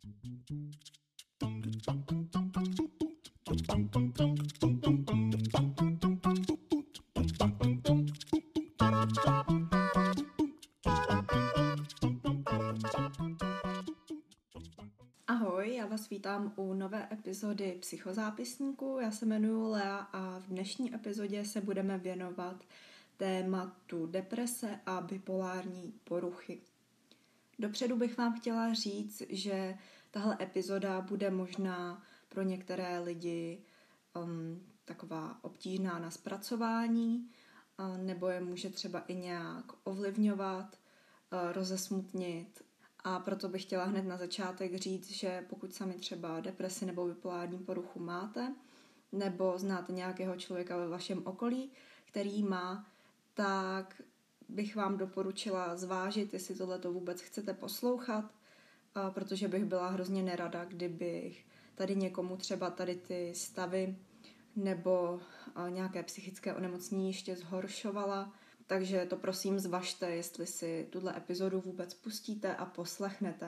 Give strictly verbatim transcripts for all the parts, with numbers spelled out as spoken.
Ahoj, já vás vítám u nové epizody Psychozápisníku. Já se jmenuji Lea a v dnešní epizodě se budeme věnovat tématu deprese a bipolární poruchy. Dopředu bych vám chtěla říct, že tahle epizoda bude možná pro některé lidi um, taková obtížná na zpracování, uh, nebo je může třeba i nějak ovlivňovat, uh, rozesmutnit. A proto bych chtěla hned na začátek říct, že pokud sami třeba depresi nebo bipolární poruchu máte, nebo znáte nějakého člověka ve vašem okolí, který má, tak bych vám doporučila zvážit, jestli tohleto vůbec chcete poslouchat, protože bych byla hrozně nerada, kdybych tady někomu třeba tady ty stavy nebo nějaké psychické onemocnění ještě zhoršovala. Takže to prosím zvažte, jestli si tuhle epizodu vůbec pustíte a poslechnete.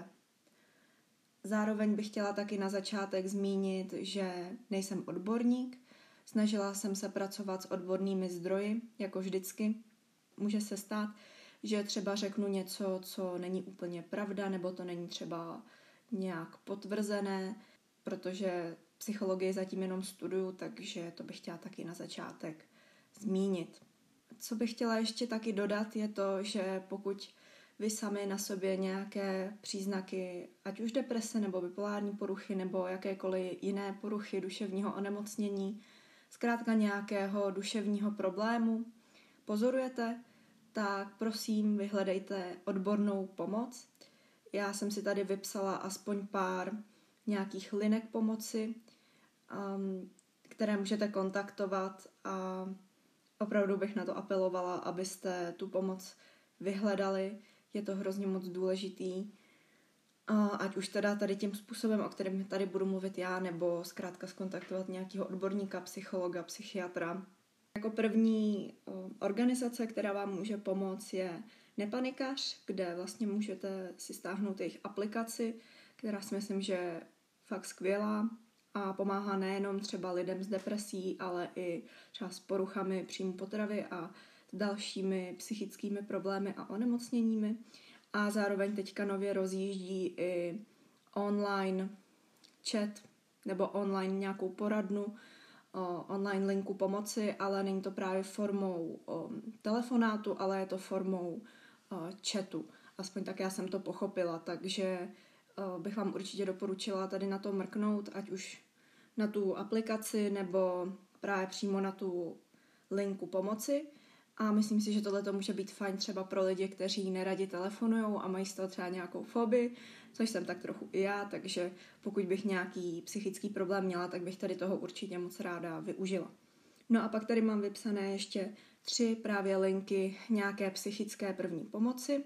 Zároveň bych chtěla taky na začátek zmínit, že nejsem odborník, snažila jsem se pracovat s odbornými zdroji, jako vždycky. Může se stát, že třeba řeknu něco, co není úplně pravda, nebo to není třeba nějak potvrzené, protože psychologii zatím jenom studuju, takže to bych chtěla taky na začátek zmínit. Co bych chtěla ještě taky dodat, je to, že pokud vy sami na sobě nějaké příznaky, ať už deprese nebo bipolární poruchy nebo jakékoliv jiné poruchy duševního onemocnění, zkrátka nějakého duševního problému pozorujete, tak prosím vyhledejte odbornou pomoc. Já jsem si tady vypsala aspoň pár nějakých linek pomoci, um, které můžete kontaktovat, a opravdu bych na to apelovala, abyste tu pomoc vyhledali. Je to hrozně moc důležitý. Ať už teda tady tím způsobem, o kterém tady budu mluvit já, nebo zkrátka skontaktovat nějakého odborníka, psychologa, psychiatra. Jako první organizace, která vám může pomoct, je Nepanikař, kde vlastně můžete si stáhnout jejich aplikaci, která si myslím, že je fakt skvělá a pomáhá nejenom třeba lidem s depresí, ale i třeba s poruchami příjmu potravy a dalšími psychickými problémy a onemocněními. A zároveň teďka nově rozjíždí i online chat nebo online nějakou poradnu, online linku pomoci, ale není to právě formou telefonátu, ale je to formou chatu. Aspoň tak já jsem to pochopila, takže bych vám určitě doporučila tady na to mrknout, ať už na tu aplikaci nebo právě přímo na tu linku pomoci. A myslím si, že tohle to může být fajn třeba pro lidi, kteří neradi telefonujou a mají z toho třeba nějakou fobii, což jsem tak trochu i já, takže pokud bych nějaký psychický problém měla, tak bych tady toho určitě moc ráda využila. No a pak tady mám vypsané ještě tři právě linky nějaké psychické první pomoci,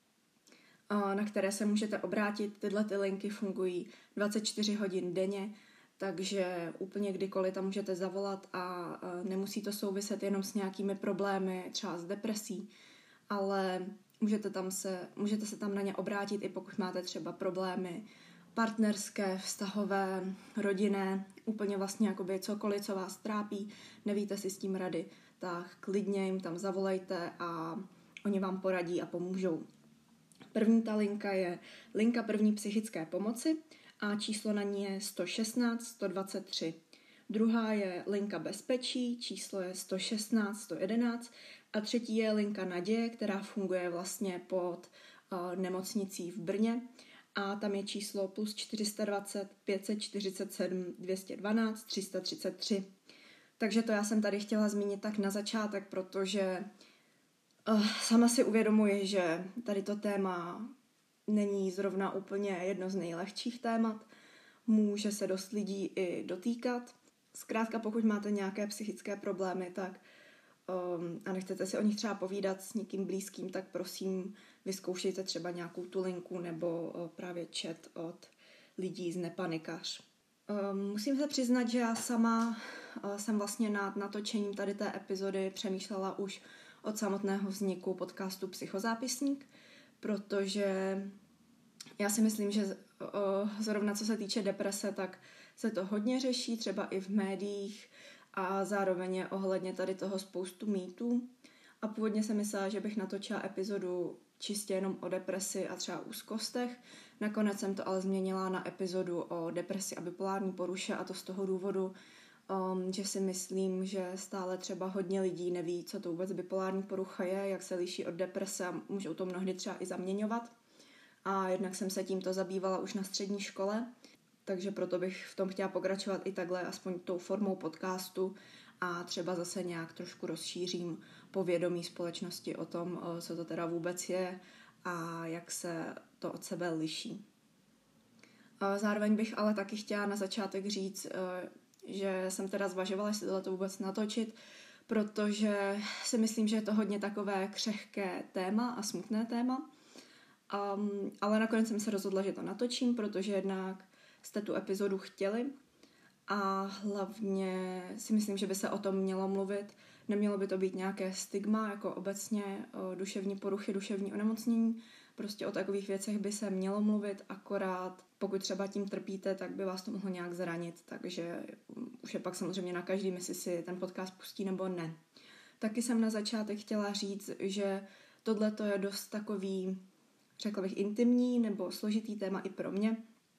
na které se můžete obrátit. Tyhle ty linky fungují dvacet čtyři hodin denně, takže úplně kdykoliv tam můžete zavolat a nemusí to souviset jenom s nějakými problémy, třeba s depresí, ale můžete, tam se, můžete se tam na ně obrátit, i pokud máte třeba problémy partnerské, vztahové, rodinné, úplně vlastně jakoby cokoliv, co vás trápí, nevíte si s tím rady, tak klidně jim tam zavolejte a oni vám poradí a pomůžou. První ta linka je linka první psychické pomoci a číslo na ní je sto šestnáct sto dvacet tři. Druhá je linka bezpečí, číslo je sto šestnáct sto jedenáct a třetí je linka naděje, která funguje vlastně pod uh, nemocnicí v Brně a tam je číslo plus čtyři sta dvacet pět set čtyřicet sedm dvě stě dvanáct tři sta třicet tři. Takže to já jsem tady chtěla zmínit tak na začátek, protože uh, sama si uvědomuji, že tady to téma není zrovna úplně jedno z nejlehčích témat, může se dost lidí i dotýkat. Zkrátka, pokud máte nějaké psychické problémy, tak um, a nechcete si o nich třeba povídat s někým blízkým, tak prosím vyzkoušejte třeba nějakou tu linku nebo uh, právě chat od lidí z Nepanikař. Um, musím se přiznat, že já sama uh, jsem vlastně nad natočením tady té epizody přemýšlela už od samotného vzniku podcastu Psychozápisník, protože já si myslím, že zrovna co se týče deprese, tak se to hodně řeší, třeba i v médiích a zároveň je ohledně tady toho spoustu mýtů. A původně jsem myslela, že bych natočila epizodu čistě jenom o depresi a třeba úzkostech. Nakonec jsem to ale změnila na epizodu o depresi a bipolární poruše a to z toho důvodu, um, že si myslím, že stále třeba hodně lidí neví, co to vůbec bipolární porucha je, jak se liší od deprese a můžou to mnohdy třeba i zaměňovat. A jednak jsem se tímto zabývala už na střední škole, takže proto bych v tom chtěla pokračovat i takhle, aspoň tou formou podcastu a třeba zase nějak trošku rozšířím povědomí společnosti o tom, co to teda vůbec je a jak se to od sebe liší. Zároveň bych ale taky chtěla na začátek říct, že jsem teda zvažovala, jestli tohle vůbec natočit, protože si myslím, že je to hodně takové křehké téma a smutné téma. Um, ale nakonec jsem se rozhodla, že to natočím, protože jednak jste tu epizodu chtěli a hlavně si myslím, že by se o tom mělo mluvit. Nemělo by to být nějaké stigma, jako obecně o duševní poruchy, duševní onemocnění. Prostě o takových věcech by se mělo mluvit, akorát pokud třeba tím trpíte, tak by vás to mohlo nějak zranit. Takže už je pak samozřejmě na každým, jestli si ten podcast pustí nebo ne. Taky jsem na začátek chtěla říct, že tohle to je dost takový, řekla bych, intimní nebo složitý téma i pro mě,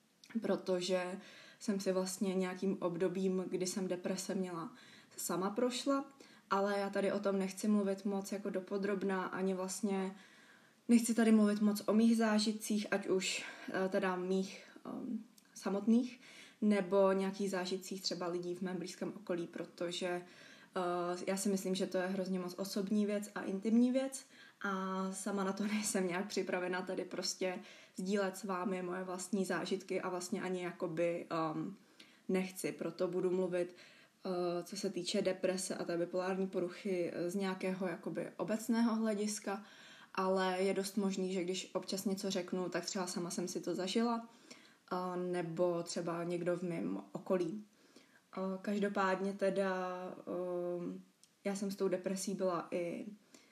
protože jsem si vlastně nějakým obdobím, kdy jsem deprese měla, sama prošla, ale já tady o tom nechci mluvit moc jako dopodrobná, ani vlastně nechci tady mluvit moc o mých zážitcích, ať už teda mých um, samotných, nebo nějakých zážitcích třeba lidí v mém blízkém okolí, protože uh, já si myslím, že to je hrozně moc osobní věc a intimní věc a sama na to nejsem nějak připravena tady prostě sdílet s vámi moje vlastní zážitky a vlastně ani jakoby um, nechci, proto budu mluvit, uh, co se týče deprese a té bipolární poruchy z nějakého jakoby obecného hlediska, ale je dost možný, že když občas něco řeknu, tak třeba sama jsem si to zažila, uh, nebo třeba někdo v mém okolí. Uh, každopádně teda uh, já jsem s tou depresí byla i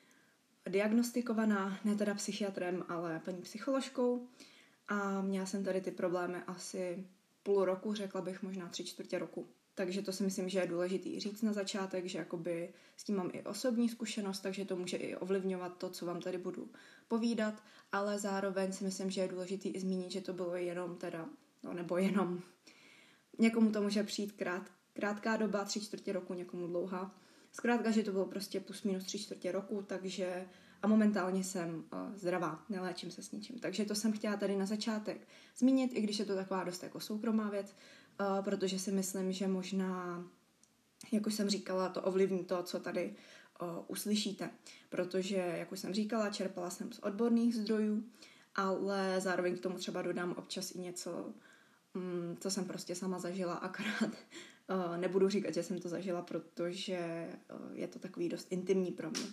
diagnostikovaná, ne teda psychiatrem, ale paní psycholožkou a měla jsem tady ty problémy asi půl roku, řekla bych možná tři čtvrtě roku. Takže to si myslím, že je důležitý říct na začátek, že jakoby s tím mám i osobní zkušenost, takže to může i ovlivňovat to, co vám tady budu povídat, ale zároveň si myslím, že je důležitý i zmínit, že to bylo jenom teda, no nebo jenom, někomu to může přijít krát, krátká doba, tři čtvrtě roku, někomu dlouhá. Zkrátka, že to bylo prostě plus minus tři čtvrtě roku, takže a momentálně jsem uh, zdravá, neléčím se s ničím. Takže to jsem chtěla tady na začátek zmínit, i když je to taková dost jako soukromá věc, uh, protože si myslím, že možná, jak už jsem říkala, to ovlivní to, co tady uh, uslyšíte. Protože, jak už jsem říkala, čerpala jsem z odborných zdrojů, ale zároveň k tomu třeba dodám občas i něco, um, co jsem prostě sama zažila, akorát Uh, nebudu říkat, že jsem to zažila, protože uh, je to takový dost intimní pro mě.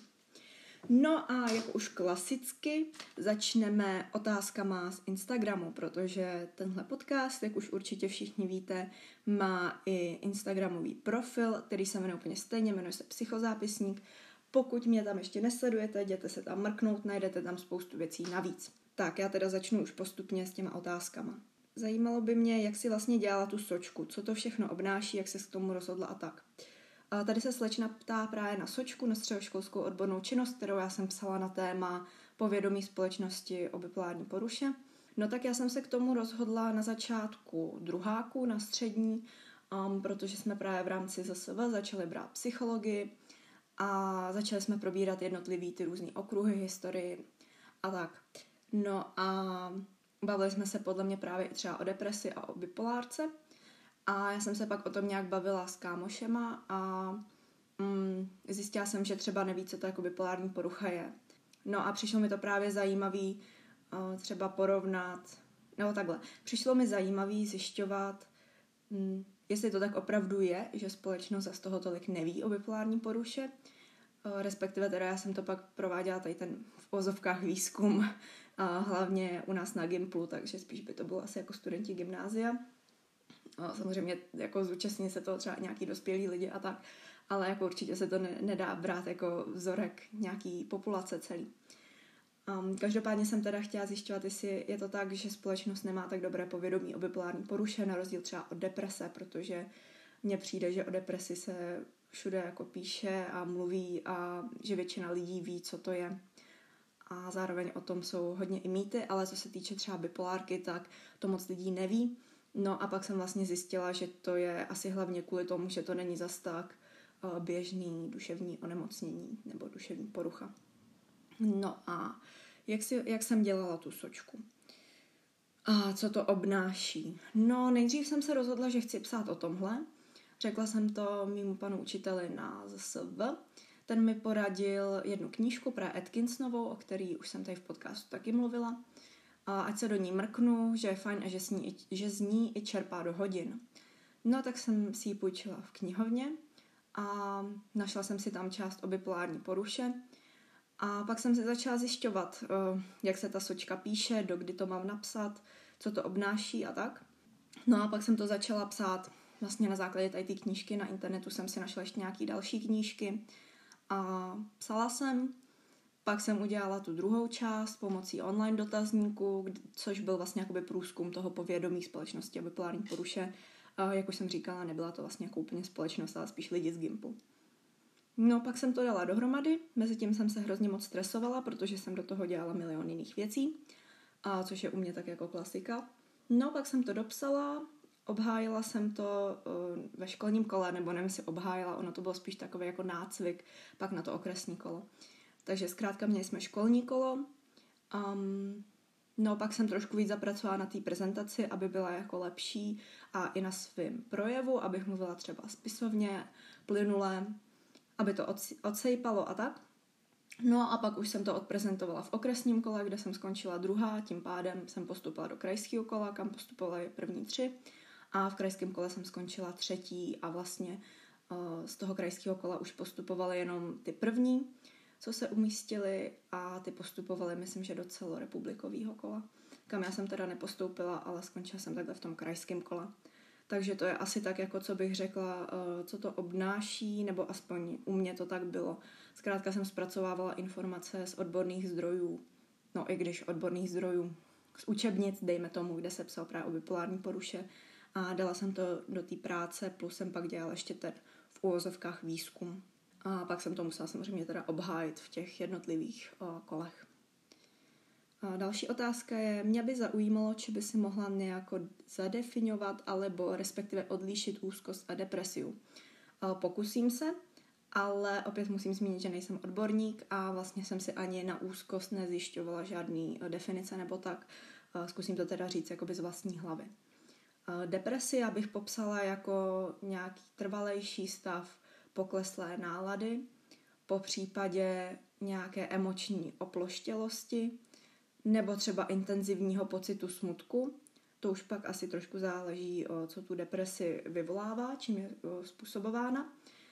No a jako už klasicky začneme otázkama z Instagramu, protože tenhle podcast, jak už určitě všichni víte, má i instagramový profil, který se jmenuje úplně stejně, jmenuje se Psychozápisník. Pokud mě tam ještě nesledujete, jděte se tam mrknout, najdete tam spoustu věcí navíc. Tak, já teda začnu už postupně s těma otázkama. Zajímalo by mě, jak si vlastně dělala tu sočku, co to všechno obnáší, jak se k tomu rozhodla a tak. A tady se slečna ptá právě na sočku, na středoškolskou odbornou činnost, kterou já jsem psala na téma povědomí společnosti o bipolární poruše. No tak já jsem se k tomu rozhodla na začátku druháku, na střední, um, protože jsme právě v rámci Z S V začali brát psychologii a začali jsme probírat jednotlivý ty různý okruhy, historii a tak. No a bavili jsme se podle mě právě i třeba o depresi a o bipolárce a já jsem se pak o tom nějak bavila s kámošema a mm, zjistila jsem, že třeba neví, co to jako bipolární porucha je. No a přišlo mi to právě zajímavý uh, třeba porovnat, nebo takhle, přišlo mi zajímavý zjišťovat, mm, jestli to tak opravdu je, že společnost zas toho tolik neví o bipolární poruše, uh, respektive teda já jsem to pak prováděla tady ten v ozovkách výzkum, a hlavně u nás na Gimplu, takže spíš by to bylo asi jako studenti gymnázia. A samozřejmě jako zúčastní se toho třeba nějaký dospělí lidi a tak, ale jako určitě se to ne, nedá brát jako vzorek nějaký populace celý. Um, každopádně jsem teda chtěla zjišťovat, jestli je to tak, že společnost nemá tak dobré povědomí o bipolární poruše, na rozdíl třeba od deprese, protože mně přijde, že o depresi se všude jako píše a mluví a že většina lidí ví, co to je. A zároveň o tom jsou hodně i mýty, ale co se týče třeba bipolárky, tak to moc lidí neví. No a pak jsem vlastně zjistila, že to je asi hlavně kvůli tomu, že to není zas tak uh, běžný duševní onemocnění nebo duševní porucha. No a jak, si, jak jsem dělala tu sočku? A co to obnáší? No, nejdřív jsem se rozhodla, že chci psát o tomhle. Řekla jsem to mému panu učiteli na Z S V. Ten mi poradil jednu knížku pro Atkinsonovou, o který už jsem tady v podcastu taky mluvila. A ať se do ní mrknu, že je fajn a že z ní, že z ní i čerpá do hodin. No, tak jsem si ji půjčila v knihovně a našla jsem si tam část o bipolární poruše. A pak jsem si začala zjišťovat, jak se ta sočka píše, dokdy to mám napsat, co to obnáší a tak. No a pak jsem to začala psát vlastně na základě tady té knížky. Na internetu jsem si našla ještě nějaké další knížky a psala jsem. Pak jsem udělala tu druhou část pomocí online dotazníku, což byl vlastně jakoby průzkum toho povědomí společnosti o bipolární poruše. A jak už jsem říkala, nebyla to vlastně jako úplně společnost, ale spíš lidi z Gimpu. No, pak jsem to dala dohromady, mezitím jsem se hrozně moc stresovala, protože jsem do toho dělala milion jiných věcí, a což je u mě tak jako klasika. No, pak jsem to dopsala, obhájila jsem to uh, ve školním kole, nebo nevím, si obhájila, ono to bylo spíš takový jako nácvik, pak na to okresní kolo. Takže zkrátka měli jsme školní kolo, um, no pak jsem trošku víc zapracovala na té prezentaci, aby byla jako lepší a i na svém projevu, abych mluvila třeba spisovně, plynule, aby to odsejpalo a tak. No a pak už jsem to odprezentovala v okresním kole, kde jsem skončila druhá, tím pádem jsem postupila do krajského kola, kam postupovaly první tři a v krajském kole jsem skončila třetí a vlastně uh, z toho krajského kola už postupovaly jenom ty první, co se umístily a ty postupovaly, myslím, že do celorepublikového kola, kam já jsem teda nepostoupila, ale skončila jsem takhle v tom krajském kole. Takže to je asi tak, jako co bych řekla, co to obnáší, nebo aspoň u mě to tak bylo. Zkrátka jsem zpracovávala informace z odborných zdrojů, no i když odborných zdrojů, z učebnic, dejme tomu, kde se psal právě o bipolární poruše a dala jsem to do té práce, plus jsem pak dělala ještě ten v úvozovkách výzkum. A pak jsem to musela samozřejmě teda obhájit v těch jednotlivých o, kolech. A další otázka je, mě by zaujímalo, či by si mohla nějako zadefinovat alebo respektive odlíšit úzkost a depresiu. Pokusím se, ale opět musím zmínit, že nejsem odborník a vlastně jsem si ani na úzkost nezjišťovala žádný definice nebo tak. Zkusím to teda říct jakoby z vlastní hlavy. Depresi já bych popsala jako nějaký trvalejší stav pokleslé nálady, po případě nějaké emoční oploštělosti, nebo třeba intenzivního pocitu smutku. To už pak asi trošku záleží, co tu depresi vyvolává, čím je způsobována.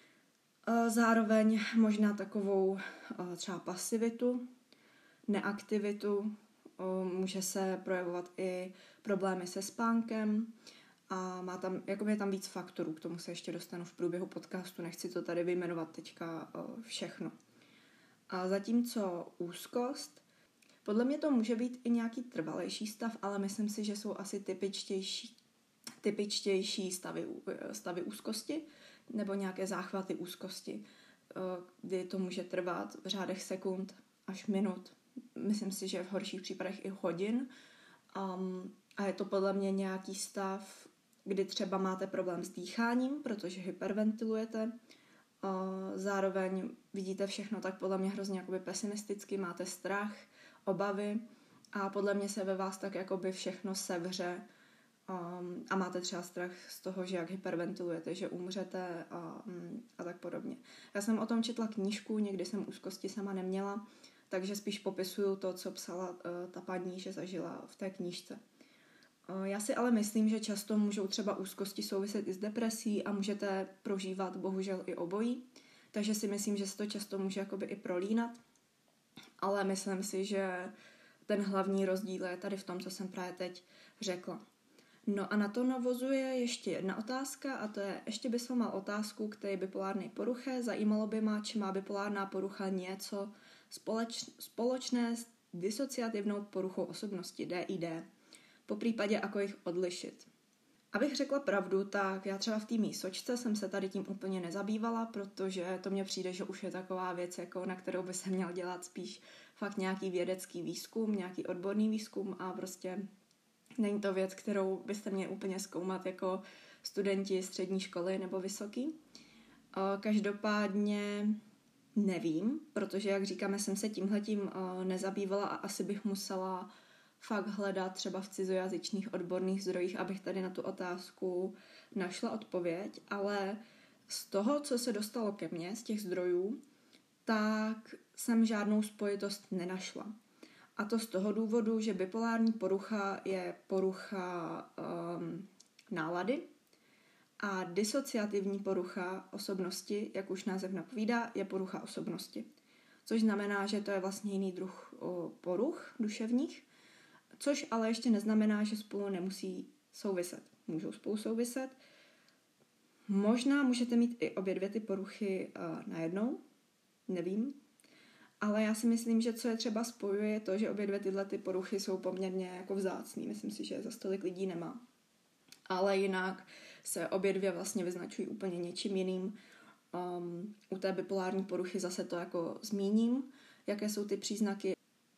Zároveň možná takovou třeba pasivitu, neaktivitu, může se projevovat i problémy se spánkem a má tam, jakoby je tam víc faktorů, k tomu se ještě dostanu v průběhu podcastu, nechci to tady vyjmenovat teďka všechno. A zatímco úzkost, podle mě to může být i nějaký trvalejší stav, ale myslím si, že jsou asi typičtější, typičtější stavy, stavy úzkosti nebo nějaké záchvaty úzkosti, kdy to může trvat v řádech sekund až minut. Myslím si, že v horších případech i hodin. Um, a je to podle mě nějaký stav, kdy třeba máte problém s dýcháním, protože hyperventilujete. Uh, zároveň vidíte všechno tak podle mě hrozně jakoby pesimisticky, máte strach, obavy a podle mě se ve vás tak jakoby všechno sevře um, a máte třeba strach z toho, že jak hyperventilujete, že umřete a, um, a tak podobně. Já jsem o tom četla knížku, někdy jsem úzkosti sama neměla, takže spíš popisuju to, co psala uh, ta paní, že zažila v té knížce. Uh, já si ale myslím, že často můžou třeba úzkosti souviset i s depresí a můžete prožívat bohužel i obojí, takže si myslím, že se to často může jakoby i prolínat. Ale myslím si, že ten hlavní rozdíl je tady v tom, co jsem právě teď řekla. No a na to navozuje ještě jedna otázka a to je, ještě bys mal otázku k té bipolární poruche. Zajímalo by mě, či má bipolárná porucha něco společ, společné s disociativnou poruchou osobnosti, D I D, po případě ako jich odlišit. Abych řekla pravdu, tak já třeba v té mý sočce jsem se tady tím úplně nezabývala, protože to mně přijde, že už je taková věc, jako na kterou by se měl dělat spíš fakt nějaký vědecký výzkum, nějaký odborný výzkum a prostě není to věc, kterou byste měli úplně zkoumat jako studenti střední školy nebo vysoký. Každopádně nevím, protože jak říkáme, jsem se tímhletím nezabývala a asi bych musela fakt hledat třeba v cizojazyčných odborných zdrojích, abych tady na tu otázku našla odpověď, ale z toho, co se dostalo ke mně, z těch zdrojů, tak jsem žádnou spojitost nenašla. A to z toho důvodu, že bipolární porucha je porucha um, nálady a disociativní porucha osobnosti, jak už název napovídá, je porucha osobnosti. Což znamená, že to je vlastně jiný druh o, poruch duševních, což ale ještě neznamená, že spolu nemusí souviset. Můžou spolu souviset. Možná můžete mít i obě dvě ty poruchy uh, najednou, nevím. Ale já si myslím, že co je třeba spojuje, je to, že obě dvě tyhle ty poruchy jsou poměrně jako vzácný. Myslím si, že za tolik lidí nemá. Ale jinak se obě dvě vlastně vyznačují úplně něčím jiným. Um, u té bipolární poruchy zase to jako zmíním, jaké jsou ty příznaky.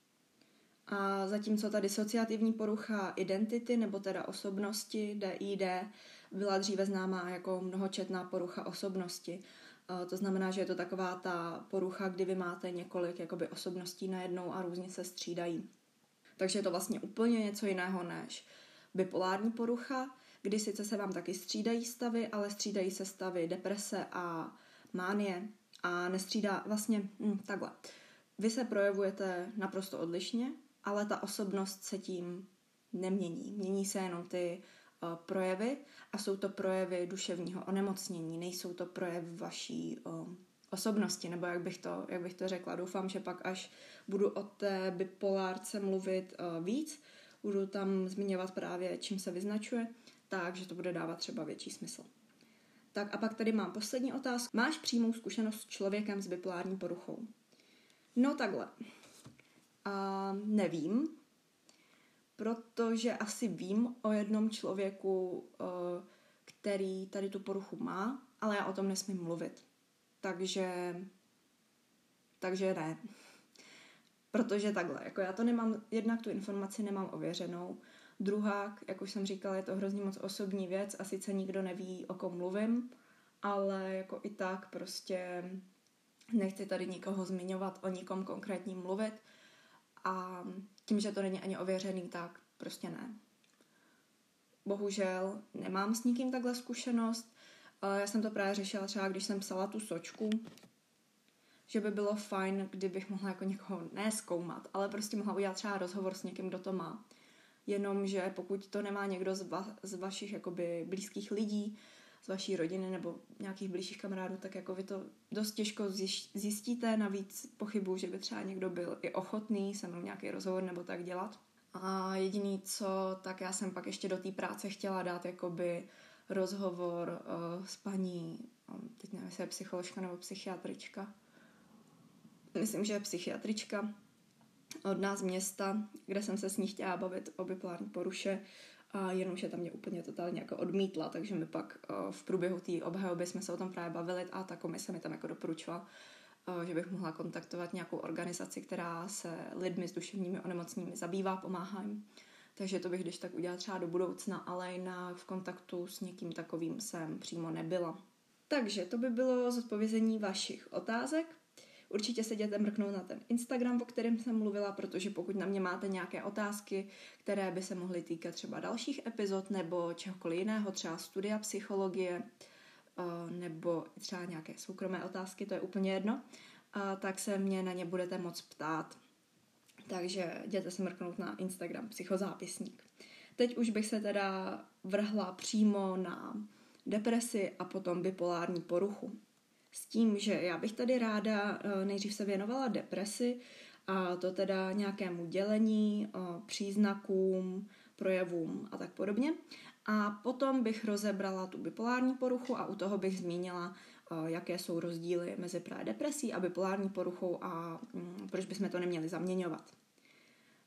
A zatímco ta disociativní porucha identity, nebo teda osobnosti, D I D, byla dříve známá jako mnohočetná porucha osobnosti. To znamená, že je to taková ta porucha, kdy vy máte několik jakoby osobností najednou a různě se střídají. Takže je to vlastně úplně něco jiného než bipolární porucha, kdy sice se vám taky střídají stavy, ale střídají se stavy deprese a mánie a nestřídá vlastně hm, takhle. Vy se projevujete naprosto odlišně, ale ta osobnost se tím nemění. Mění se jenom ty uh, projevy a jsou to projevy duševního onemocnění, nejsou to projevy vaší uh, osobnosti, nebo jak bych, to, jak bych to řekla. Doufám, že pak až budu o té bipolárce mluvit uh, víc, budu tam zmiňovat právě, čím se vyznačuje, takže to bude dávat třeba větší smysl. Tak a pak tady mám poslední otázku. Máš přímou zkušenost s člověkem s bipolární poruchou? No takhle. Uh, nevím, protože asi vím o jednom člověku, uh, který tady tu poruchu má, ale já o tom nesmím mluvit. Takže, takže ne. Protože takhle, jako já to nemám, jednak tu informaci nemám ověřenou, druhá, jak už jsem říkala, je to hrozně moc osobní věc a sice nikdo neví, o kom mluvím, ale jako i tak prostě nechci tady nikoho zmiňovat, o nikom konkrétním mluvit a tím, že to není ani ověřený, tak prostě ne. Bohužel nemám s nikým takhle zkušenost. Já jsem to právě řešila třeba, když jsem psala tu sočku, že by bylo fajn, kdybych mohla jako někoho nezkoumat, ale prostě mohla udělat třeba rozhovor s někým, kdo to má. Jenomže pokud to nemá někdo z, va- z vašich jakoby blízkých lidí, z vaší rodiny nebo nějakých blížších kamarádů, tak jako vy to dost těžko zjistíte. Navíc pochybuju, že by třeba někdo byl i ochotný se mnou nějaký rozhovor nebo tak dělat. A jediný co, tak já jsem pak ještě do té práce chtěla dát jakoby rozhovor uh, s paní, um, teď nevím, jestli je psycholožka nebo psychiatrička. Myslím, že je psychiatrička od nás města, kde jsem se s ní chtěla bavit o bipolární poruše, a jenomže tam mě úplně totálně jako odmítla, takže mi pak uh, v průběhu té obhajoby jsme se o tom právě bavili a ta komise mi tam jako doporučila, uh, že bych mohla kontaktovat nějakou organizaci, která se lidmi s duševními onemocněními zabývá, pomáhá jim. Takže to bych když tak udělala třeba do budoucna, ale jinak v kontaktu s někým takovým jsem přímo nebyla. Takže to by bylo zodpovězení vašich otázek. Určitě se jděte mrknout na ten Instagram, o kterém jsem mluvila, protože pokud na mě máte nějaké otázky, které by se mohly týkat třeba dalších epizod nebo čehokoliv jiného, třeba studia psychologie nebo třeba nějaké soukromé otázky, to je úplně jedno, tak se mě na ně budete moc ptát. Takže jděte se mrknout na Instagram Psychozápisník. Teď už bych se teda vrhla přímo na depresi a potom bipolární poruchu. S tím, že já bych tady ráda nejdřív se věnovala depresi a to teda nějakému dělení, příznakům, projevům a tak podobně. A potom bych rozebrala tu bipolární poruchu a u toho bych zmínila, jaké jsou rozdíly mezi právě depresí a bipolární poruchou a proč bychom to neměli zaměňovat.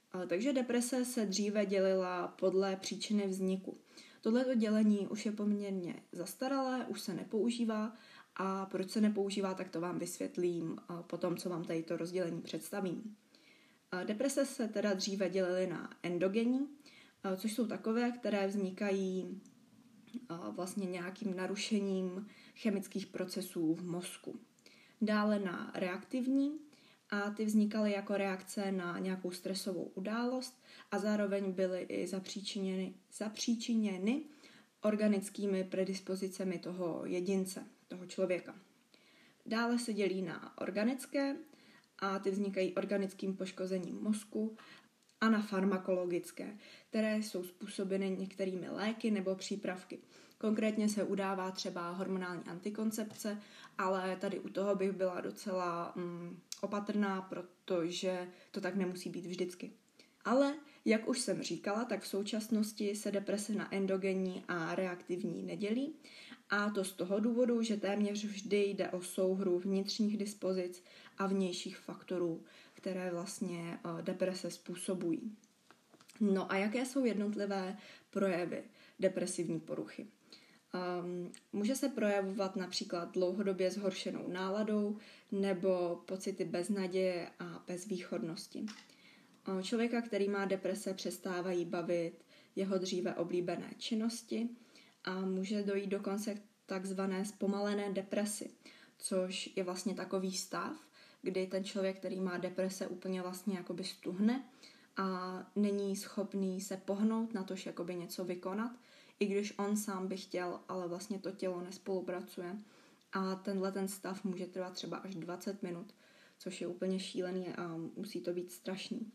Takže deprese se dříve dělila podle příčiny vzniku. Tohleto dělení už je poměrně zastaralé, už se nepoužívá a proč se nepoužívá, tak to vám vysvětlím potom, co vám tady to rozdělení představím. Deprese se teda dříve dělily na endogenní, což jsou takové, které vznikají vlastně nějakým narušením chemických procesů v mozku. Dále na reaktivní, a ty vznikaly jako reakce na nějakou stresovou událost a zároveň byly i zapříčiněny, zapříčiněny organickými predispozicemi toho jedince, toho člověka. Dále se dělí na organické a ty vznikají organickým poškozením mozku a na farmakologické, které jsou způsobeny některými léky nebo přípravky. Konkrétně se udává třeba hormonální antikoncepce, ale tady u toho bych byla docela mm, opatrná, protože to tak nemusí být vždycky. Ale, jak už jsem říkala, tak v současnosti se deprese na endogenní a reaktivní nedělí. A to z toho důvodu, že téměř vždy jde o souhru vnitřních dispozic a vnějších faktorů, které vlastně deprese způsobují. No a jaké jsou jednotlivé projevy depresivní poruchy? Um, může se projevovat například dlouhodobě zhoršenou náladou nebo pocity beznaděje a bezvýchodnosti. Uh, člověka, který má deprese, přestávají bavit jeho dříve oblíbené činnosti a může dojít dokonce k takzvané zpomalené depresi, což je vlastně takový stav, kdy ten člověk, který má deprese, úplně vlastně jakoby stuhne a není schopný se pohnout, natož jakoby něco vykonat, i když on sám by chtěl, ale vlastně to tělo nespolupracuje. A tenhle ten stav může trvat třeba až dvacet minut, což je úplně šílený a musí to být strašný.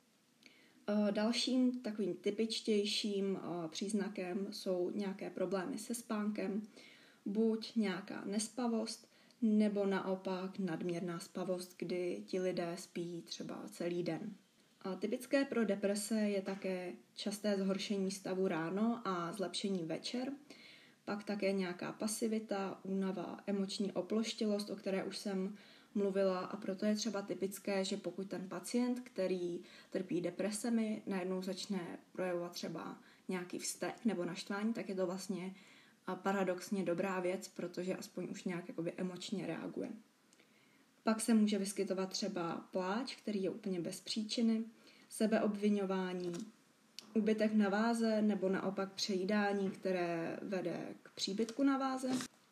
Dalším takovým typičtějším příznakem jsou nějaké problémy se spánkem, buď nějaká nespavost, nebo naopak nadměrná spavost, kdy ti lidé spí třeba celý den. A typické pro deprese je také časté zhoršení stavu ráno a zlepšení večer, pak také nějaká pasivita, únava, emoční oploštilost, o které už jsem mluvila, a proto je třeba typické, že pokud ten pacient, který trpí depresemi, najednou začne projevovat třeba nějaký vztek nebo naštvání, tak je to vlastně paradoxně dobrá věc, protože aspoň už nějak jakoby emočně reaguje. Pak se může vyskytovat třeba pláč, který je úplně bez příčiny, sebeobviňování, úbytek na váze nebo naopak přejídání, které vede k příbytku na váze.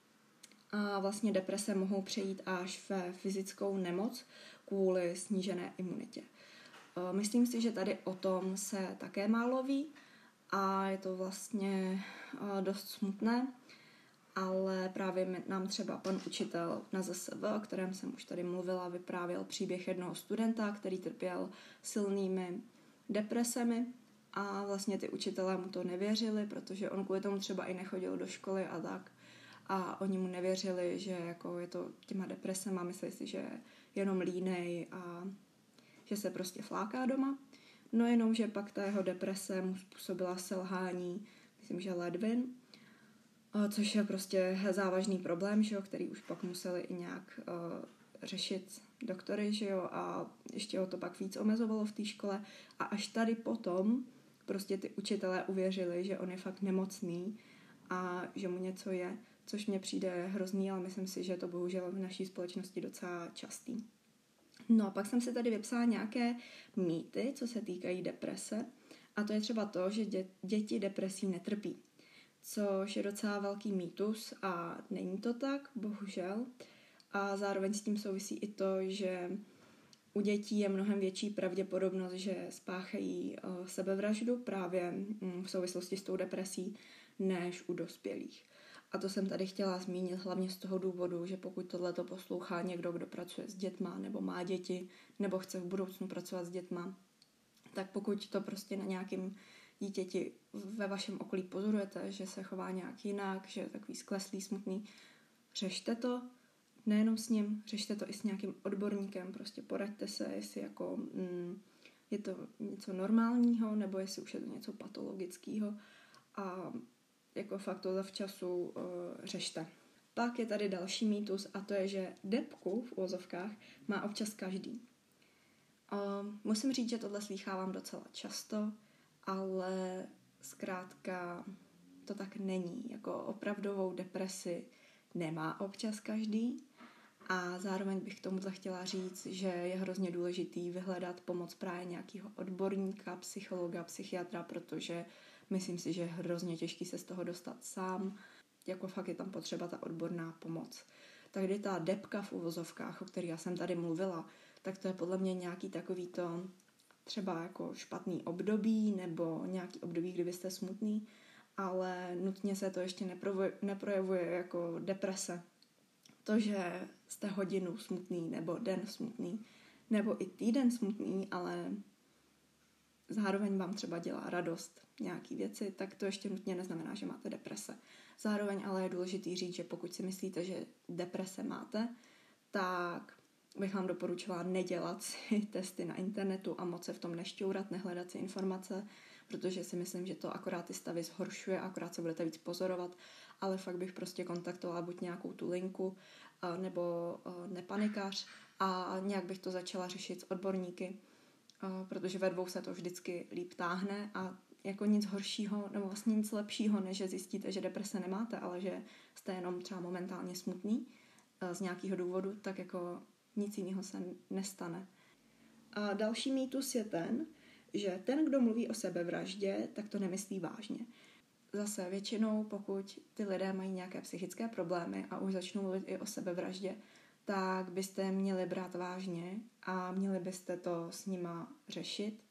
A vlastně deprese mohou přejít až ve fyzickou nemoc kvůli snížené imunitě. Myslím si, že tady o tom se také málo ví a je to vlastně dost smutné, ale právě nám třeba pan učitel na Z S V, o kterém jsem už tady mluvila, vyprávěl příběh jednoho studenta, který trpěl silnými depresemi a vlastně ty učitelé mu to nevěřili, protože on kvůli tomu třeba i nechodil do školy a tak. A oni mu nevěřili, že jako je to těma depresema, mysleli si, že je jenom línej a že se prostě fláká doma. No jenom, že pak ta jeho deprese mu způsobila selhání, myslím, že ledvin, což je prostě závažný problém, že jo, který už pak museli i nějak uh, řešit doktory, že jo, a ještě ho to pak víc omezovalo v té škole. A až tady potom prostě ty učitelé uvěřili, že on je fakt nemocný a že mu něco je, což mně přijde hrozný, ale myslím si, že to bohužel v naší společnosti docela častý. No a pak jsem si tady vypsala nějaké mýty, co se týkají deprese, a to je třeba to, že dě- děti depresí netrpí, což je docela velký mýtus a není to tak, bohužel. A zároveň s tím souvisí i to, že u dětí je mnohem větší pravděpodobnost, že spáchají uh, sebevraždu právě um, v souvislosti s tou depresí, než u dospělých. A to jsem tady chtěla zmínit hlavně z toho důvodu, že pokud tohleto poslouchá někdo, kdo pracuje s dětma, nebo má děti, nebo chce v budoucnu pracovat s dětma, tak pokud to prostě na nějakým dítěti ve vašem okolí pozorujete, že se chová nějak jinak, že je takový skleslý, smutný, řešte to, nejenom s ním, řešte to i s nějakým odborníkem, prostě poraďte se, jestli jako mm, je to něco normálního, nebo jestli už je to něco patologického a jako fakt to zavčasu uh, řešte. Pak je tady další mýtus a to je, že depku v úvozovkách má občas každý. Uh, musím říct, že tohle slýchávám docela často, ale zkrátka to tak není. Jako opravdovou depresi nemá občas každý a zároveň bych k tomuhle chtěla říct, že je hrozně důležitý vyhledat pomoc právě nějakého odborníka, psychologa, psychiatra, protože myslím si, že je hrozně těžký se z toho dostat sám. Jako fakt je tam potřeba ta odborná pomoc. Tady ta depka v uvozovkách, o které já jsem tady mluvila, tak to je podle mě nějaký takový to třeba jako špatný období nebo nějaký období, kdy vy jste smutný, ale nutně se to ještě neprojevuje, neprojevuje jako deprese. To, že jste hodinu smutný nebo den smutný nebo i týden smutný, ale zároveň vám třeba dělá radost nějaký věci, tak to ještě nutně neznamená, že máte deprese. Zároveň ale je důležitý říct, že pokud si myslíte, že deprese máte, tak bych vám doporučila nedělat si testy na internetu a moc se v tom nešťourat, nehledat si informace, protože si myslím, že to akorát ty stavy zhoršuje, akorát se budete víc pozorovat, ale fakt bych prostě kontaktovala buď nějakou tu linku, nebo nepanikař a nějak bych to začala řešit s odborníky, protože ve dvou se to vždycky líp táhne a jako nic horšího, nebo vlastně nic lepšího, než že zjistíte, že deprese nemáte, ale že jste jenom třeba momentálně smutný z nějakého důvodu, tak jako nic jiného se nestane. A další mýtus je ten, že ten, kdo mluví o sebevraždě, tak to nemyslí vážně. Zase většinou, pokud ty lidé mají nějaké psychické problémy a už začnou mluvit i o sebevraždě, tak byste je měli brát vážně a měli byste to s nima řešit.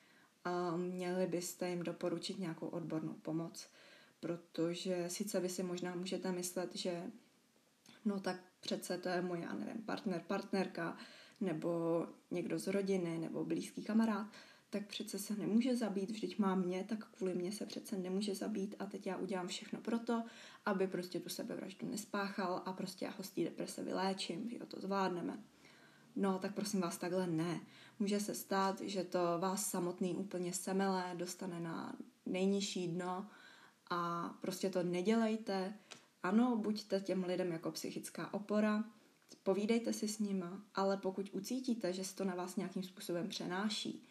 A měli byste jim doporučit nějakou odbornou pomoc, protože sice vy si možná můžete myslet, že no tak přece to je můj, já nevím, partner, partnerka, nebo někdo z rodiny, nebo blízký kamarád, tak přece se nemůže zabít, vždyť má mě, tak kvůli mě se přece nemůže zabít a teď já udělám všechno proto, aby prostě tu sebevraždu nespáchal a prostě já ho z té deprese vyléčím, že to zvládneme. No, tak prosím vás, takhle ne. Může se stát, že to vás samotný úplně semele dostane na nejnižší dno a prostě to nedělejte. Ano, buďte těm lidem jako psychická opora, povídejte si s nima, ale pokud ucítíte, že se to na vás nějakým způsobem přenáší,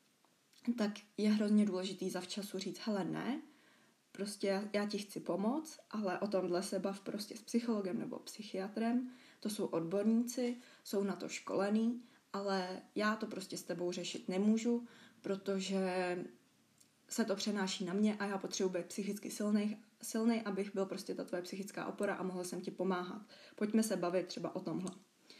tak je hrozně důležitý zavčasu říct, hele ne, prostě já ti chci pomoct, ale o tomhle se bav prostě s psychologem nebo psychiatrem, to jsou odborníci, jsou na to školení, ale já to prostě s tebou řešit nemůžu, protože se to přenáší na mě a já potřebuji být psychicky silnej, silnej, abych byl prostě ta tvoje psychická opora a mohl jsem ti pomáhat. Pojďme se bavit třeba o tomhle.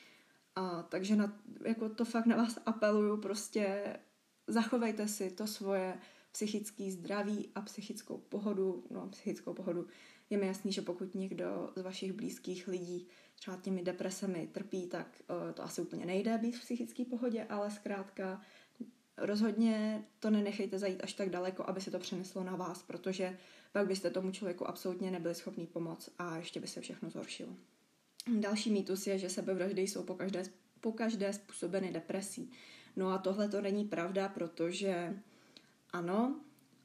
A, takže na, jako to fakt na vás apeluju, prostě zachovejte si to svoje psychické zdraví a psychickou pohodu, no psychickou pohodu. Je mi jasný, že pokud někdo z vašich blízkých lidí třeba těmi depresemi trpí, tak uh, to asi úplně nejde být v psychické pohodě, ale zkrátka rozhodně to nenechejte zajít až tak daleko, aby se to přeneslo na vás, protože pak byste tomu člověku absolutně nebyli schopní pomoct a ještě by se všechno zhoršilo. Další mýtus je, že sebevraždy jsou pokaždé, pokaždé způsobeny depresí. No a tohle to není pravda, protože ano,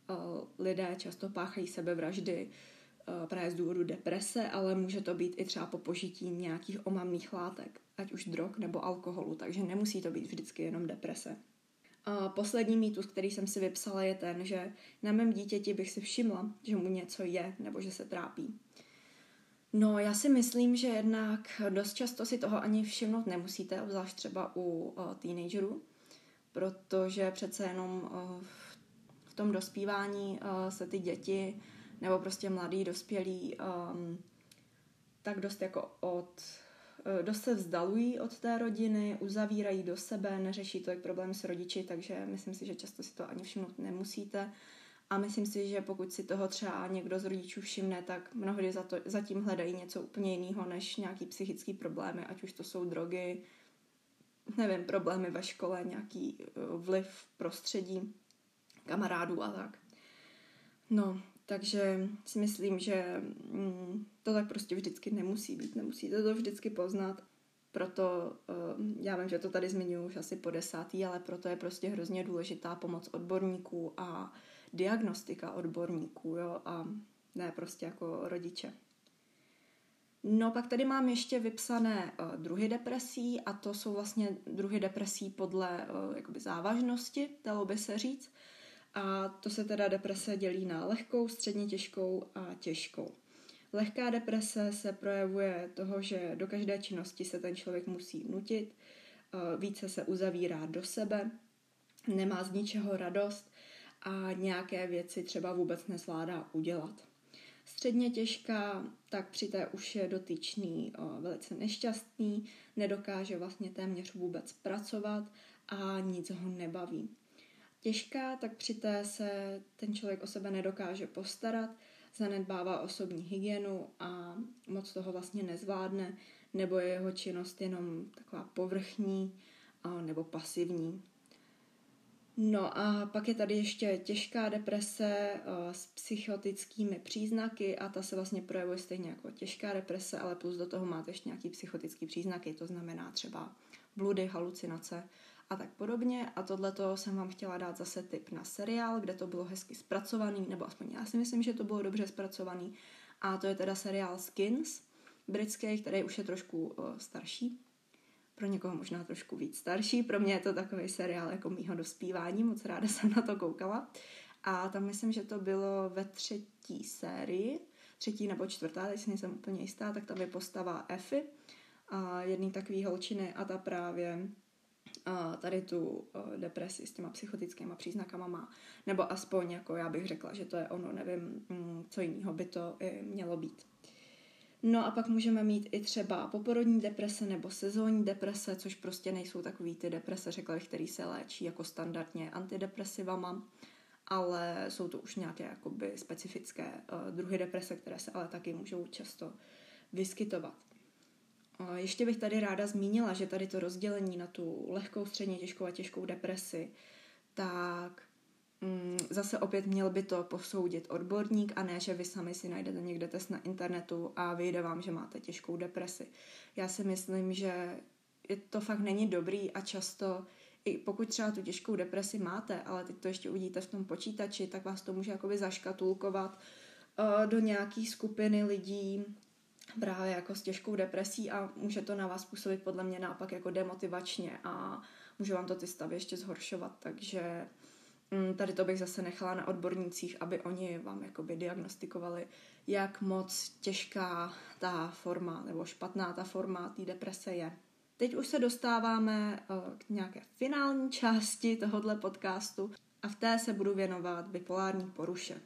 lidé často páchají sebevraždy právě z důvodu deprese, ale může to být i třeba po požití nějakých omamných látek, ať už drog nebo alkoholu, takže nemusí to být vždycky jenom deprese. A poslední mýtus, který jsem si vypsala, je ten, že na mém dítěti bych si všimla, že mu něco je nebo že se trápí. No, já si myslím, že jednak dost často si toho ani všimnout nemusíte, obzvlášť třeba u uh, teenagerů, protože přece jenom uh, v tom dospívání uh, se ty děti nebo prostě mladí, dospělí um, tak dost jako od... dost se vzdalují od té rodiny, uzavírají do sebe, neřeší tolik problémy s rodiči, takže myslím si, že často si to ani všimnout nemusíte. A myslím si, že pokud si toho třeba někdo z rodičů všimne, tak mnohdy za to, zatím hledají něco úplně jiného než nějaký psychický problémy, ať už to jsou drogy, nevím, problémy ve škole, nějaký vliv prostředí, kamarádů a tak. No, takže si myslím, že mm, to tak prostě vždycky nemusí být, nemusíte to vždycky poznat. Proto, uh, já vím, že to tady zmiňuji už asi po desátý, ale proto je prostě hrozně důležitá pomoc odborníků a diagnostika odborníků, jo, a ne prostě jako rodiče. No pak tady mám ještě vypsané uh, druhy depresí a to jsou vlastně druhy depresí podle uh, jakoby závažnosti, dalo by se říct. A to se teda deprese dělí na lehkou, středně těžkou a těžkou. Lehká deprese se projevuje toho, že do každé činnosti se ten člověk musí nutit, uh, více se uzavírá do sebe, nemá z ničeho radost a nějaké věci třeba vůbec nezvládá udělat. Středně těžká, tak při té už je dotyčný o, velice nešťastný, nedokáže vlastně téměř vůbec pracovat a nic ho nebaví. Těžká, tak při té se ten člověk o sebe nedokáže postarat, zanedbává osobní hygienu a moc toho vlastně nezvládne, nebo je jeho činnost jenom taková povrchní a, nebo pasivní. No a pak je tady ještě těžká deprese uh, s psychotickými příznaky a ta se vlastně projevuje stejně jako těžká deprese, ale plus do toho máte ještě nějaký psychotický příznaky, to znamená třeba bludy, halucinace a tak podobně. A tohleto jsem vám chtěla dát zase tip na seriál, kde to bylo hezky zpracovaný, nebo aspoň já si myslím, že to bylo dobře zpracovaný. A to je teda seriál Skins, britský, který už je trošku uh, starší. Pro někoho možná trošku víc starší, pro mě je to takový seriál jako mýho dospívání, moc ráda jsem na to koukala. A tam myslím, že to bylo ve třetí sérii, třetí nebo čtvrtá, teď si nejsem úplně jistá, tak tam je postava Effy, a jedný takový holčiny a ta právě a tady tu depresi s těma psychotickýma příznakama má. Nebo aspoň jako já bych řekla, že to je ono, nevím, co jiného by to mělo být. No a pak můžeme mít i třeba poporodní deprese nebo sezónní deprese, což prostě nejsou takový ty deprese, řekla bych, který se léčí jako standardně antidepresivama, ale jsou to už nějaké jakoby specifické uh, druhy deprese, které se ale taky můžou často vyskytovat. Uh, ještě bych tady ráda zmínila, že tady to rozdělení na tu lehkou, středně těžkou a těžkou depresi, tak zase opět měl by to posoudit odborník a ne, že vy sami si najdete někde test na internetu a vyjde vám, že máte těžkou depresi. Já si myslím, že to fakt není dobrý a často, i pokud třeba tu těžkou depresi máte, ale teď to ještě uvidíte v tom počítači, tak vás to může jakoby zaškatulkovat uh, do nějaký skupiny lidí právě jako s těžkou depresí a může to na vás působit podle mě naopak jako demotivačně a může vám to ty stavy ještě zhoršovat, takže tady to bych zase nechala na odbornících, aby oni vám jakoby diagnostikovali, jak moc těžká ta forma nebo špatná ta forma té deprese je. Teď už se dostáváme k nějaké finální části tohohle podcastu a v té se budu věnovat bipolární poruše.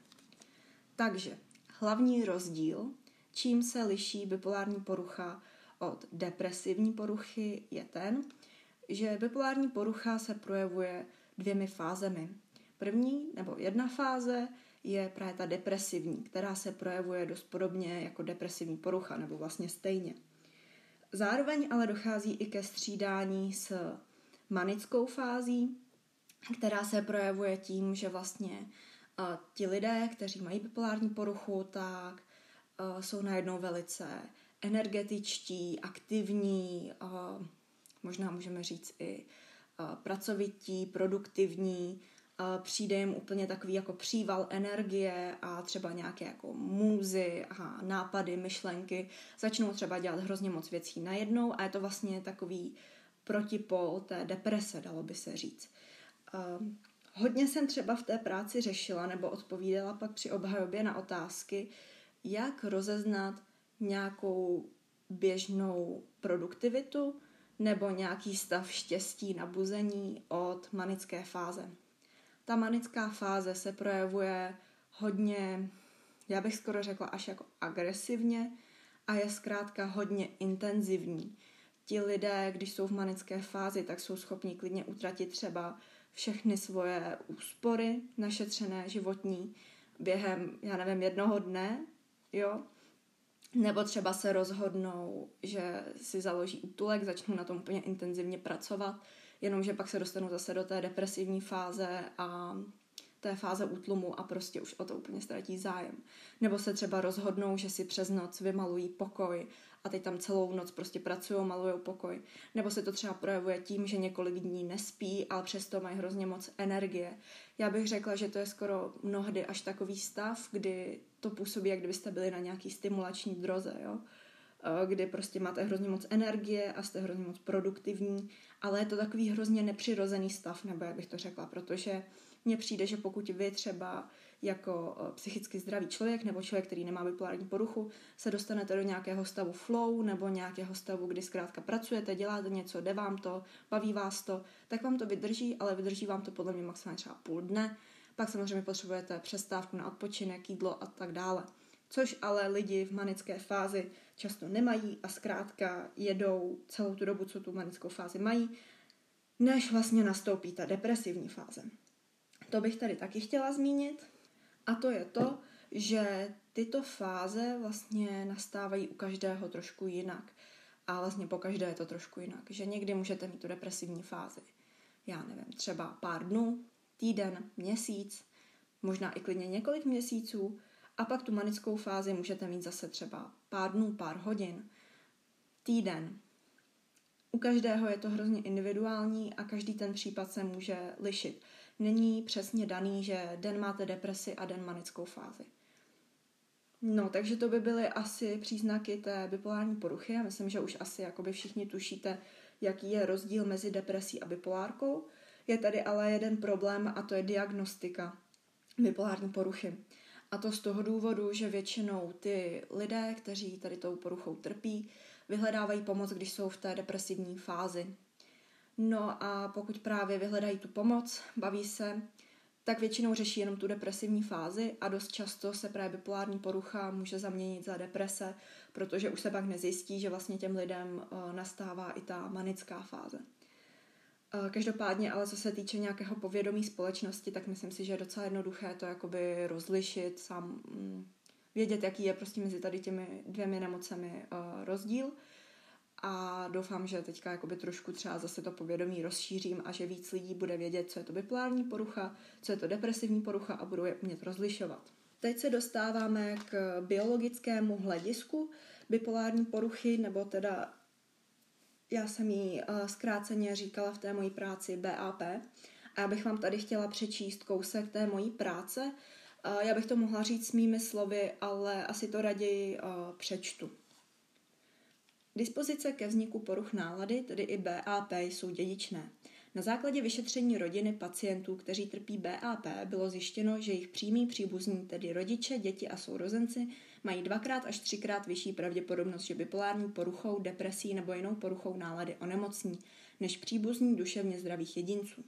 Takže hlavní rozdíl, čím se liší bipolární porucha od depresivní poruchy, je ten, že bipolární porucha se projevuje dvěmi fázemi. První nebo jedna fáze je právě ta depresivní, která se projevuje dost podobně jako depresivní porucha, nebo vlastně stejně. Zároveň ale dochází i ke střídání s manickou fází, která se projevuje tím, že vlastně uh, ti lidé, kteří mají bipolární poruchu, tak uh, jsou najednou velice energetičtí, aktivní, uh, možná můžeme říct i uh, pracovití, produktivní, přijde jim úplně takový jako příval energie a třeba nějaké jako můzy a nápady, myšlenky. Začnou třeba dělat hrozně moc věcí najednou a je to vlastně takový protipol té deprese, dalo by se říct. Uh, hodně jsem třeba v té práci řešila nebo odpovídala pak při obhajobě na otázky, jak rozeznat nějakou běžnou produktivitu nebo nějaký stav štěstí, nabuzení od manické fáze. Ta manická fáze se projevuje hodně, já bych skoro řekla až jako agresivně a je zkrátka hodně intenzivní. Ti lidé, když jsou v manické fázi, tak jsou schopni klidně utratit třeba všechny svoje úspory našetřené životní během, já nevím, jednoho dne, jo, nebo třeba se rozhodnou, že si založí útulek, začnou na tom úplně intenzivně pracovat, jenomže pak se dostanou zase do té depresivní fáze a té fáze útlumu a prostě už o to úplně ztratí zájem. Nebo se třeba rozhodnou, že si přes noc vymalují pokoj a teď tam celou noc prostě pracují, malujou pokoj. Nebo se to třeba projevuje tím, že několik dní nespí, ale přesto mají hrozně moc energie. Já bych řekla, že to je skoro mnohdy až takový stav, kdy to působí, jak kdybyste byli na nějaký stimulační droze, jo. kdy prostě máte hrozně moc energie a jste hrozně moc produktivní, ale je to takový hrozně nepřirozený stav, nebo jak bych to řekla, protože mně přijde, že pokud vy třeba jako psychicky zdravý člověk nebo člověk, který nemá bipolární poruchu, se dostanete do nějakého stavu flow nebo nějakého stavu, kdy zkrátka pracujete, děláte něco, jde vám to, baví vás to, tak vám to vydrží, ale vydrží vám to podle mě maximálně třeba půl dne, pak samozřejmě potřebujete přestávku na odpočinek, jídlo a tak dále. Což ale lidi v manické fázi často nemají a zkrátka jedou celou tu dobu, co tu manickou fázi mají, než vlastně nastoupí ta depresivní fáze. To bych tady taky chtěla zmínit. A to je to, že tyto fáze vlastně nastávají u každého trošku jinak. A vlastně po každé je to trošku jinak. Že někdy můžete mít tu depresivní fázi, já nevím, třeba pár dnů, týden, měsíc, možná i klidně několik měsíců, a pak tu manickou fázi můžete mít zase třeba pár dnů, pár hodin, týden. U každého je to hrozně individuální a každý ten případ se může lišit. Není přesně daný, že den máte depresi a den manickou fázi. No, takže to by byly asi příznaky té bipolární poruchy. Já myslím, že už asi jakoby všichni tušíte, jaký je rozdíl mezi depresí a bipolárkou. Je tady ale jeden problém a to je diagnostika bipolární poruchy. A to z toho důvodu, že většinou ty lidé, kteří tady tou poruchou trpí, vyhledávají pomoc, když jsou v té depresivní fázi. No a pokud právě vyhledají tu pomoc, baví se, tak většinou řeší jenom tu depresivní fázi a dost často se právě bipolární porucha může zaměnit za deprese, protože už se pak nezjistí, že vlastně těm lidem nastává i ta manická fáze. Každopádně, ale co se týče nějakého povědomí společnosti, tak myslím si, že je docela jednoduché to jakoby rozlišit, sám vědět, jaký je prostě mezi tady těmi dvěmi nemocemi rozdíl. A doufám, že teďka jakoby trošku třeba zase to povědomí rozšířím a že víc lidí bude vědět, co je to bipolární porucha, co je to depresivní porucha a budou je umět rozlišovat. Teď se dostáváme k biologickému hledisku bipolární poruchy, nebo teda já jsem ji zkráceně říkala v té mojí práci B A P a já bych vám tady chtěla přečíst kousek té mojí práce. Já bych to mohla říct mými slovy, ale asi to raději přečtu. Dispozice ke vzniku poruch nálady, tedy i B A P, jsou dědičné. Na základě vyšetření rodiny pacientů, kteří trpí B A P, bylo zjištěno, že jejich přímí příbuzní, tedy rodiče, děti a sourozenci, mají dvakrát až třikrát vyšší pravděpodobnost, že bipolární poruchou, depresí nebo jinou poruchou nálady onemocní, než příbuzní duševně zdravých jedinců.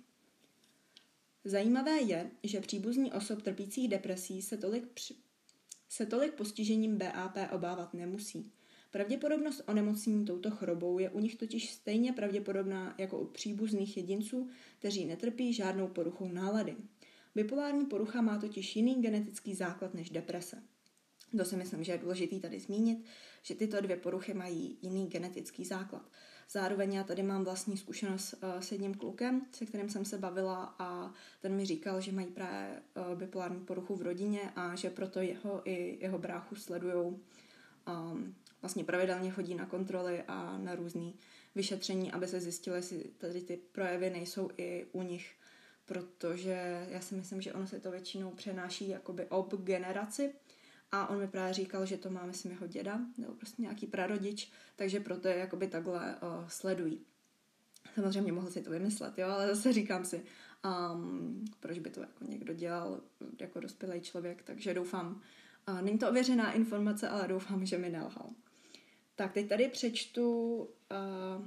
Zajímavé je, že příbuzní osob trpících depresí se tolik, při... se tolik postižením B A P obávat nemusí. Pravděpodobnost onemocnění touto chorobou je u nich totiž stejně pravděpodobná jako u příbuzných jedinců, kteří netrpí žádnou poruchou nálady. Bipolární porucha má totiž jiný genetický základ než deprese. To si myslím, že je důležité tady zmínit, že tyto dvě poruchy mají jiný genetický základ. Zároveň já tady mám vlastní zkušenost s jedním klukem, se kterým jsem se bavila a ten mi říkal, že mají právě bipolární poruchu v rodině a že proto jeho i jeho bráchu sledujou. Um, vlastně pravidelně chodí na kontroly a na různý vyšetření, aby se zjistilo, jestli tady ty projevy nejsou i u nich, protože já si myslím, že ono se to většinou přenáší jakoby ob generaci a on mi právě říkal, že to má, myslím, jeho děda, nebo prostě nějaký prarodič, takže proto je jakoby takhle uh, sledují. Samozřejmě mohl si to vymyslet, jo, ale zase říkám si, um, proč by to jako někdo dělal jako dospělý člověk, takže doufám, uh, není to ověřená informace, ale doufám, že mi nelhal. Tak teď tady přečtu uh,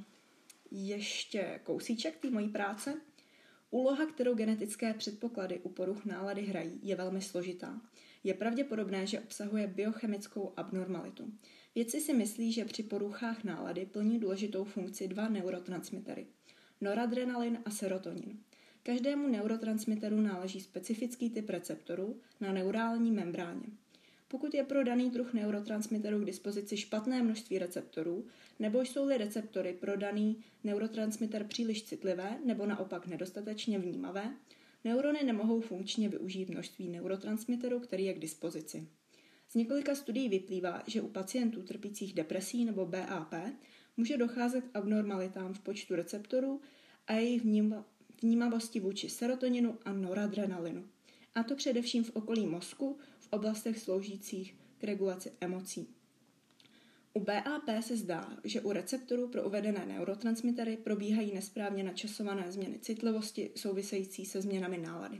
ještě kousíček té mojí práce. Úloha, kterou genetické předpoklady u poruch nálady hrají, je velmi složitá. Je pravděpodobné, že obsahuje biochemickou abnormalitu. Vědci si myslí, že při poruchách nálady plní důležitou funkci dva neurotransmitery – noradrenalin a serotonin. Každému neurotransmiteru náleží specifický typ receptorů na neurální membráně. Pokud je pro daný druh neurotransmiterů k dispozici špatné množství receptorů, nebo jsou-li receptory pro daný neurotransmiter příliš citlivé nebo naopak nedostatečně vnímavé, neurony nemohou funkčně využít množství neurotransmiterů, který je k dispozici. Z několika studií vyplývá, že u pacientů trpících depresí nebo B A P může docházet k abnormalitám v počtu receptorů a jejich vnímavosti vůči serotoninu a noradrenalinu. A to především v okolí mozku, v oblastech sloužících k regulaci emocí. U B A P se zdá, že u receptorů pro uvedené neurotransmitery probíhají nesprávně načasované změny citlivosti související se změnami nálady.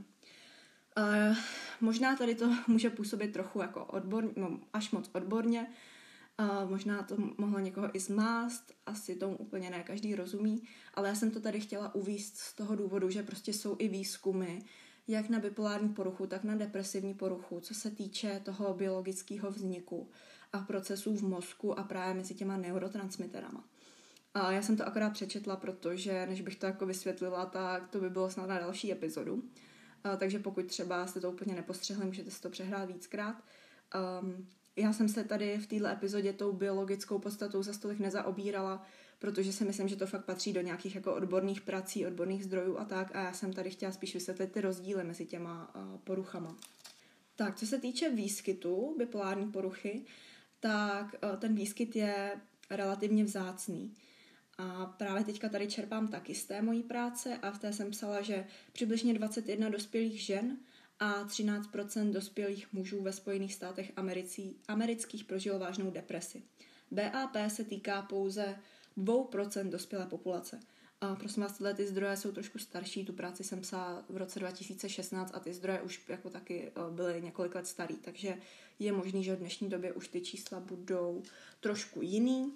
Uh, možná tady to může působit trochu jako odborně, no, až moc odborně, uh, možná to mohlo někoho i zmást, asi tomu úplně ne každý rozumí, ale já jsem to tady chtěla uvést z toho důvodu, že prostě jsou i výzkumy, jak na bipolární poruchu, tak na depresivní poruchu, co se týče toho biologického vzniku a procesů v mozku a právě mezi těma neurotransmiterama. A já jsem to akorát přečetla, protože než bych to jako vysvětlila, tak to by bylo snad na další epizodu. A takže pokud třeba jste to úplně nepostřehli, můžete si to přehrát víckrát. Um, já jsem se tady v této epizodě tou biologickou podstatou za stolik nezaobírala, protože si myslím, že to fakt patří do nějakých jako odborných prací, odborných zdrojů a tak. A já jsem tady chtěla spíš vysvětlit ty rozdíly mezi těma uh, poruchama. Tak, co se týče výskytu bipolární poruchy, tak uh, ten výskyt je relativně vzácný. A právě teďka tady čerpám taky z té mojí práce a v té jsem psala, že přibližně dvacet jedna dospělých žen a třináct procent dospělých mužů ve Spojených státech amerických, amerických prožilo vážnou depresi. B A P se týká pouze dvě procenta dospělé populace. A prosím vás, tyhle ty zdroje jsou trošku starší, tu práci jsem psala v roce dva tisíce šestnáct a ty zdroje už jako taky byly několik let starý, takže je možný, že v dnešní době už ty čísla budou trošku jiný.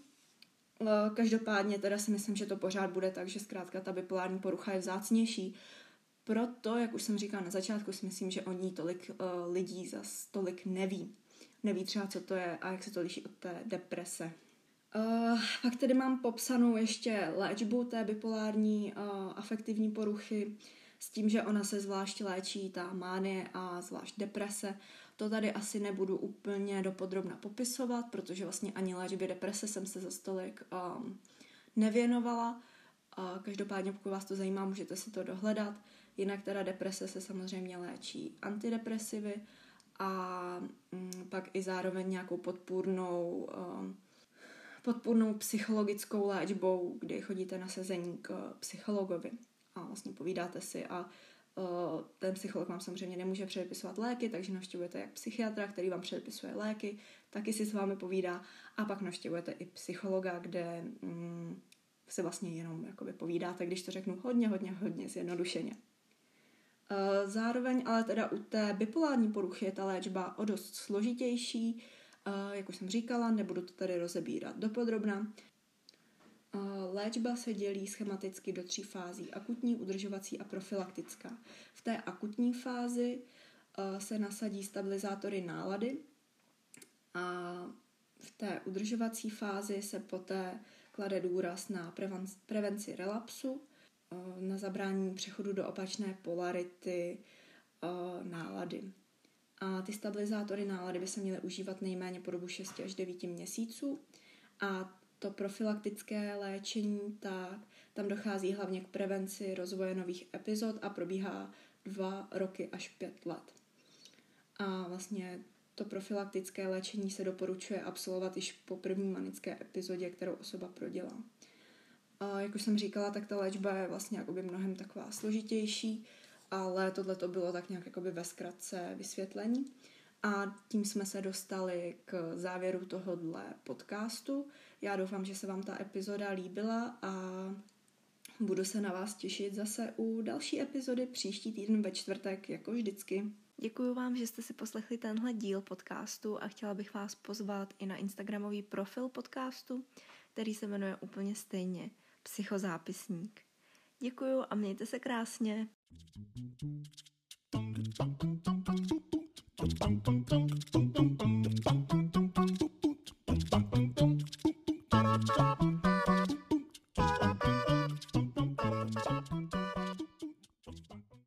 Každopádně teda si myslím, že to pořád bude tak, že zkrátka ta bipolární porucha je vzácnější. Proto, jak už jsem říkala na začátku, si myslím, že o ní tolik uh, lidí zas tolik neví. Neví třeba, co to je a jak se to liší od té deprese. Uh, pak tedy mám popsanou ještě léčbu té bipolární uh, afektivní poruchy s tím, že ona se zvlášť léčí ta mánie a zvlášť deprese. To tady asi nebudu úplně dopodrobna popisovat, protože vlastně ani léčbě deprese jsem se za stolik um, nevěnovala. Uh, každopádně, pokud vás to zajímá, můžete si to dohledat. Jinak teda deprese se samozřejmě léčí antidepresivy a um, pak i zároveň nějakou podpůrnou, um, podpůrnou psychologickou léčbou, kdy chodíte na sezení k psychologovi a vlastně povídáte si a ten psycholog vám samozřejmě nemůže předepisovat léky, takže navštěvujete jak psychiatra, který vám předepisuje léky, taky si s vámi povídá a pak navštěvujete i psychologa, kde mm, si vlastně jenom jakoby povídáte, když to řeknu hodně, hodně, hodně zjednodušeně. Zároveň ale teda u té bipolární poruchy je ta léčba o dost složitější, jak už jsem říkala, nebudu to tady rozebírat dopodrobna. Léčba se dělí schematicky do tří fází. Akutní, udržovací a profilaktická. V té akutní fázi se nasadí stabilizátory nálady a v té udržovací fázi se poté klade důraz na prevenci relapsu, na zabránění přechodu do opačné polarity nálady. A ty stabilizátory nálady by se měly užívat nejméně po dobu šest až devět měsíců a to profilaktické léčení, tak tam dochází hlavně k prevenci rozvoje nových epizod a probíhá dva roky až pět let. A vlastně to profilaktické léčení se doporučuje absolvovat již po první manické epizodě, kterou osoba prodělá. A jak už jsem říkala, tak ta léčba je vlastně jakoby mnohem taková složitější, ale tohle to bylo tak nějak jakoby ve zkratce vysvětlení. A tím jsme se dostali k závěru tohohle podcastu. Já doufám, že se vám ta epizoda líbila a budu se na vás těšit zase u další epizody příští týden ve čtvrtek, jako vždycky. Děkuji vám, že jste si poslechli tenhle díl podcastu a chtěla bych vás pozvat i na instagramový profil podcastu, který se jmenuje úplně stejně Psychozápisník. Děkuji a mějte se krásně. Ba-da-ba.